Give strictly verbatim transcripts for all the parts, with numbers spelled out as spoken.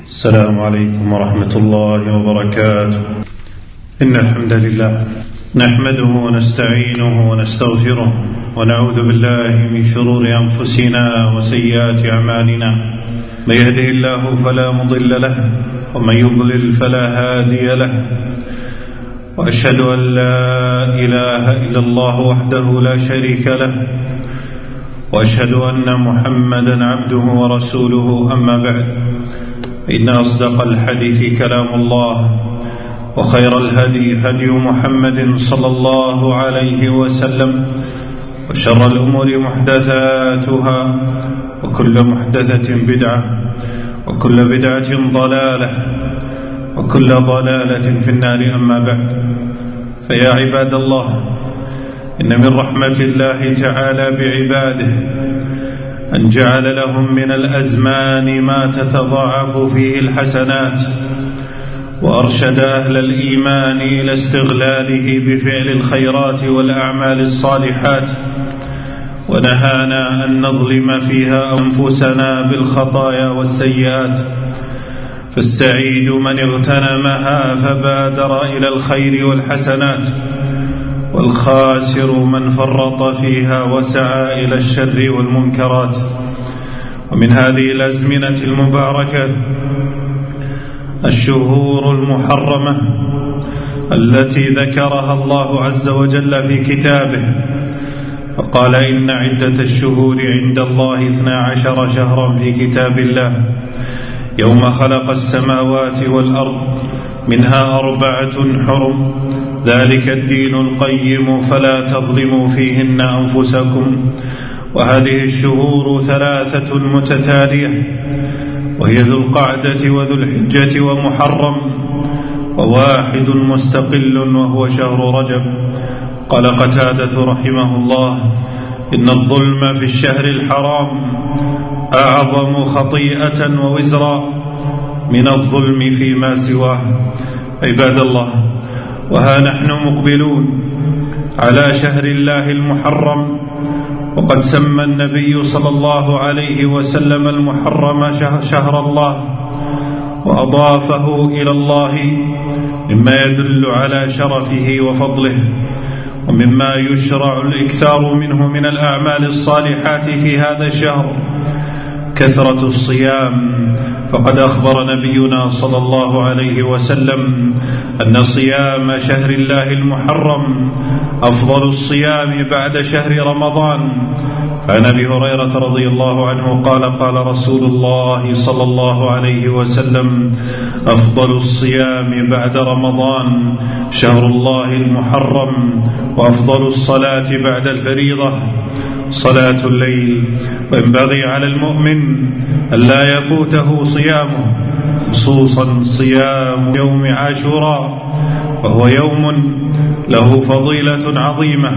السلام عليكم ورحمة الله وبركاته. إن الحمد لله نحمده ونستعينه ونستغفره ونعوذ بالله من شرور أنفسنا وسيئات أعمالنا. من يهده الله فلا مضل له ومن يضلل فلا هادي له، وأشهد أن لا إله إلا الله وحده لا شريك له، وأشهد أن محمدا عبده ورسوله. أما بعد، إن أصدق الحديث كلام الله، وخير الهدي هدي محمد صلى الله عليه وسلم، وشر الأمور محدثاتها، وكل محدثة بدعة، وكل بدعة ضلالة، وكل ضلالة في النار. أما بعد، فيا عباد الله، إن من رحمة الله تعالى بعباده أن جعل لهم من الأزمان ما تتضاعف فيه الحسنات، وأرشد أهل الإيمان إلى استغلاله بفعل الخيرات والأعمال الصالحات، ونهانا أن نظلم فيها أنفسنا بالخطايا والسيئات. فالسعيد من اغتنمها فبادر إلى الخير والحسنات، والخاسر من فرط فيها وسعى إلى الشر والمنكرات. ومن هذه الأزمنة المباركة الشهور المحرمة التي ذكرها الله عز وجل في كتابه، فقال: إن عدة الشهور عند الله اثنا عشر شهرا في كتاب الله يوم خلق السماوات والأرض منها أربعة حرم ذلك الدين القيم فلا تظلموا فيهن أنفسكم. وهذه الشهور ثلاثة متتالية، وهي ذو القعدة وذو الحجة ومحرم، وواحد مستقل وهو شهر رجب. قال قتادة رحمه الله: إن الظلم في الشهر الحرام أعظم خطيئة ووزرا من الظلم فيما سواه. عباد الله، وها نحن مقبلون على شهر الله المحرم، وقد سمى النبي صلى الله عليه وسلم المحرم شهر الله، وأضافه إلى الله مما يدل على شرفه وفضله، ومما يشرع الإكثار منه من الأعمال الصالحات في هذا الشهر كثرة الصيام. فقد أخبر نبينا صلى الله عليه وسلم أن صيام شهر الله المحرم أفضل الصيام بعد شهر رمضان. فعن أبي هريرة رضي الله عنه قال: قال رسول الله صلى الله عليه وسلم: أفضل الصيام بعد رمضان شهر الله المحرم، وأفضل الصلاة بعد الفريضة صلاة الليل. وينبغي على المؤمن ألا يفوته صيامه، خصوصا صيام يوم عاشوراء، وهو يوم له فضيلة عظيمة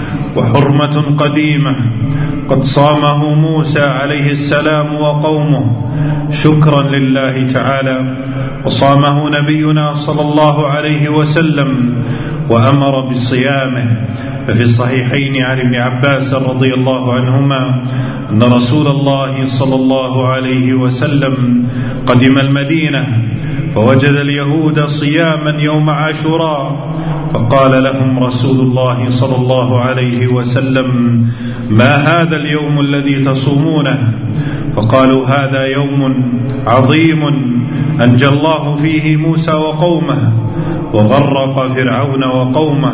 وحرمة قديمة. قد صامه موسى عليه السلام وقومه شكرا لله تعالى، وصامه نبينا صلى الله عليه وسلم وأمر بصيامه. ففي الصحيحين عن ابن عباس رضي الله عنهما أن رسول الله صلى الله عليه وسلم قدم المدينة فوجد اليهود صياما يوم عاشوراء، فقال لهم رسول الله صلى الله عليه وسلم: ما هذا اليوم الذي تصومونه؟ فقالوا: هذا يوم عظيم أنجى الله فيه موسى وقومه وغرق فرعون وقومه،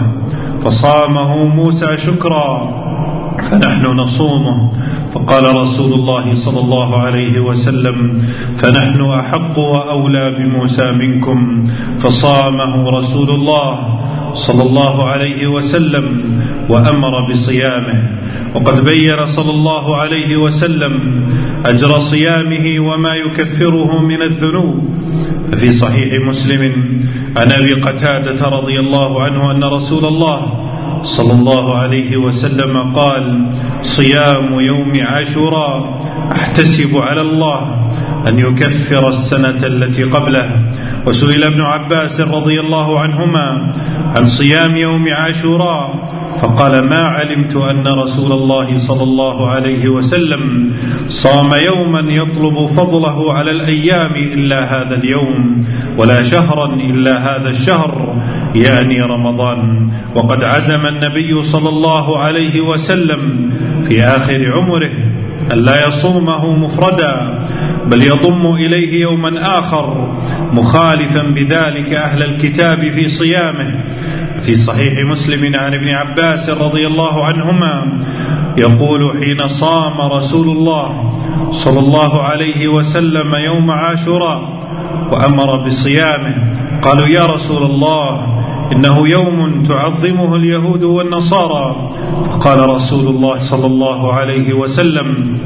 فصامه موسى شكرا فنحن نصومه. فقال رسول الله صلى الله عليه وسلم: فنحن أحق وأولى بموسى منكم. فصامه رسول الله صلى الله عليه وسلم وأمر بصيامه. وقد بين صلى الله عليه وسلم أجر صيامه وما يكفره من الذنوب. ففي صحيح مسلم عن أبي قتادة رضي الله عنه أن رسول الله صلى الله عليه وسلم قال: صيام يوم عاشوراء أحتسب على الله أن يكفر السنة التي قبله. وسئل ابن عباس رضي الله عنهما عن صيام يوم عاشوراء فقال: ما علمت أن رسول الله صلى الله عليه وسلم صام يوما يطلب فضله على الأيام إلا هذا اليوم، ولا شهرا إلا هذا الشهر، يعني رمضان. وقد عزم النبي صلى الله عليه وسلم في آخر عمره أن لا يصومه مفردا بل يضم إليه يوما آخر، مخالفا بذلك أهل الكتاب في صيامه. في صحيح مسلم عن ابن عباس رضي الله عنهما يقول: حين صام رسول الله صلى الله عليه وسلم يوم عاشوراء وأمر بصيامه قالوا: يا رسول الله، إنه يوم تعظمه اليهود والنصارى. فقال رسول الله صلى الله عليه وسلم: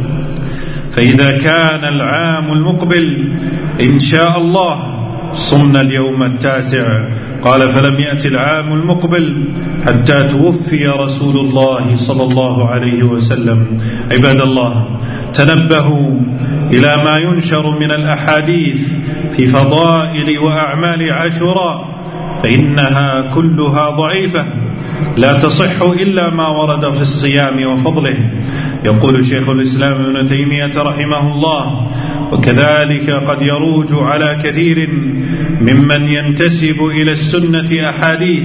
فإذا كان العام المقبل إن شاء الله صمنا اليوم التاسع. قال: فلم يأتي العام المقبل حتى توفي رسول الله صلى الله عليه وسلم. عباد الله، تنبهوا إلى ما ينشر من الأحاديث في فضائل وأعمال عاشوراء، فإنها كلها ضعيفة لا تصح إلا ما ورد في الصيام وفضله. يقول شيخ الإسلام ابن تيمية رحمه الله: وكذلك قد يروج على كثير ممن ينتسب إلى السنة أحاديث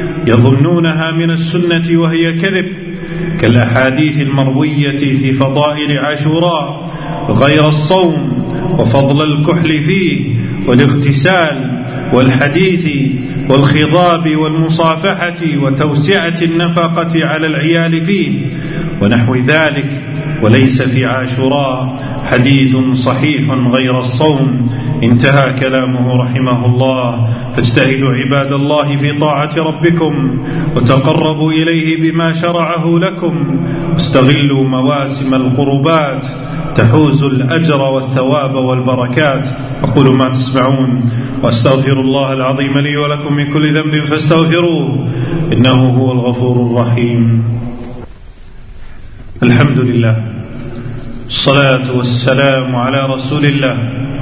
يظنونها من السنة وهي كذب، كالأحاديث المروية في فضائل عاشوراء غير الصوم وفضل الكحل فيه والاغتسال والحديث والخضاب والمصافحة وتوسعة النفقة على العيال فيه ونحو ذلك، وليس في عاشوراء حديث صحيح غير الصوم. انتهى كلامه رحمه الله. فاجتهدوا عباد الله في طاعة ربكم وتقربوا إليه بما شرعه لكم، واستغلوا مواسم القربات تحوز الأجر والثواب والبركات. أقول ما تسمعون وأستغفر الله العظيم لي ولكم من كل ذنب فاستغفروه إنه هو الغفور الرحيم. الحمد لله، الصلاة والسلام على رسول الله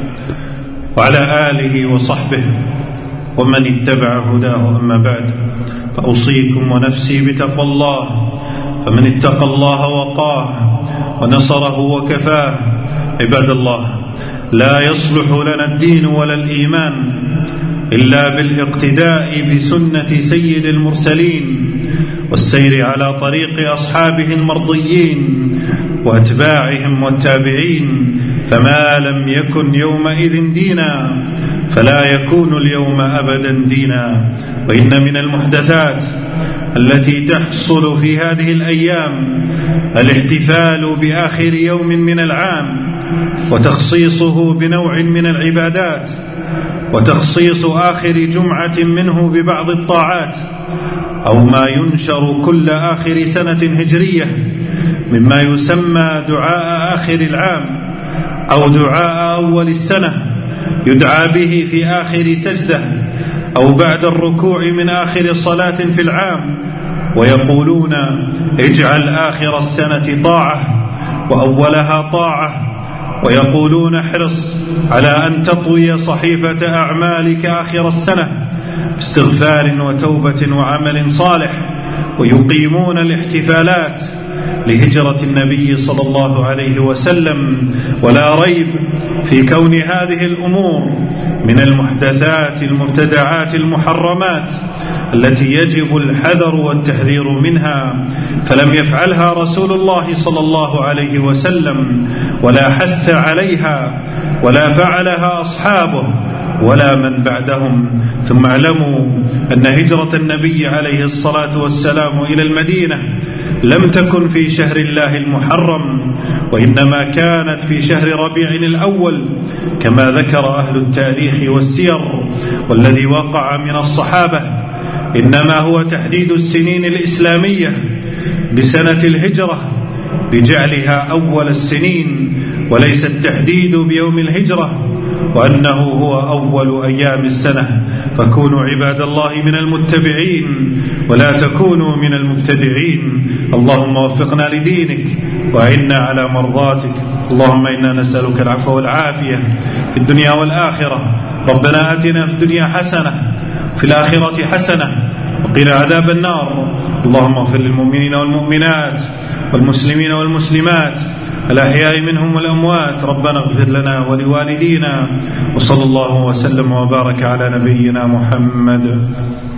وعلى آله وصحبه ومن اتبع هداه. أما بعد، فأوصيكم ونفسي بتقوى الله، فمن اتقى الله وقاه ونصره وكفاه. عباد الله، لا يصلح لنا الدين ولا الإيمان إلا بالاقتداء بسنة سيد المرسلين والسير على طريق أصحابه المرضيين وأتباعهم والتابعين. فما لم يكن يومئذ دينا فلا يكون اليوم أبدا دينا. وإن من المحدثات التي تحصل في هذه الأيام الاحتفال بآخر يوم من العام وتخصيصه بنوع من العبادات، وتخصيص آخر جمعة منه ببعض الطاعات، أو ما ينشر كل آخر سنة هجرية مما يسمى دعاء آخر العام أو دعاء أول السنة، يدعى به في آخر سجدة أو بعد الركوع من آخر صلاة في العام، ويقولون: اجعل آخر السنة طاعة وأولها طاعة. ويقولون: احرص على أن تطوي صحيفة أعمالك آخر السنة باستغفار وتوبة وعمل صالح. ويقيمون الاحتفالات لهجرة النبي صلى الله عليه وسلم. ولا ريب في كون هذه الأمور من المحدثات المبتدعات المحرمات التي يجب الحذر والتحذير منها، فلم يفعلها رسول الله صلى الله عليه وسلم ولا حث عليها ولا فعلها أصحابه ولا من بعدهم. ثم اعلموا أن هجرة النبي عليه الصلاة والسلام إلى المدينة لم تكن في شهر الله المحرم، وإنما كانت في شهر ربيع الأول كما ذكر أهل التاريخ والسير. والذي وقع من الصحابة إنما هو تحديد السنين الإسلامية بسنة الهجرة بجعلها أول السنين، وليس التحديد بيوم الهجرة وأنه هو أول أيام السنة. فكونوا عباد الله من المتبعين ولا تكونوا من المبتدعين. اللهم وفقنا لدينك وأعنا على مرضاتك اللهم إنا نسألك العفو والعافية في الدنيا والآخرة. ربنا آتنا في الدنيا حسنة في الآخرة حسنة وقنا عذاب النار. اللهم اغفر للمؤمنين والمؤمنات والمسلمين والمسلمات الأحياء منهم والأموات. ربنا اغفر لنا ولوالدينا. وصلى الله وسلم وبارك على نبينا محمد.